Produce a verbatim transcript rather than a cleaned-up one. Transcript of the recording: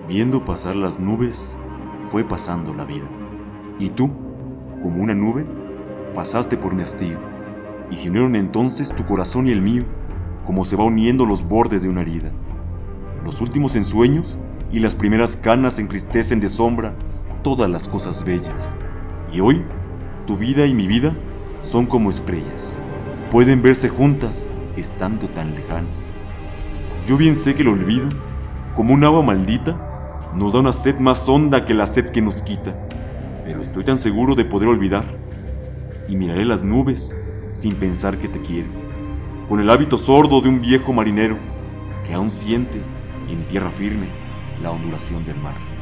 Viendo pasar las nubes, fue pasando la vida. Y tú, como una nube, pasaste por mi hastío, y se unieron entonces tu corazón y el mío, como se va uniendo los bordes de una herida. Los últimos ensueños y las primeras canas entristecen de sombra todas las cosas bellas. Y hoy, tu vida y mi vida son como estrellas. Pueden verse juntas, estando tan lejanas. Yo bien sé que el olvido, como un agua maldita, nos da una sed más honda que la sed que nos quita. Pero estoy tan seguro de poder olvidar, y miraré las nubes sin pensar que te quiero, con el hábito sordo de un viejo marinero que aún siente en tierra firme la ondulación del mar.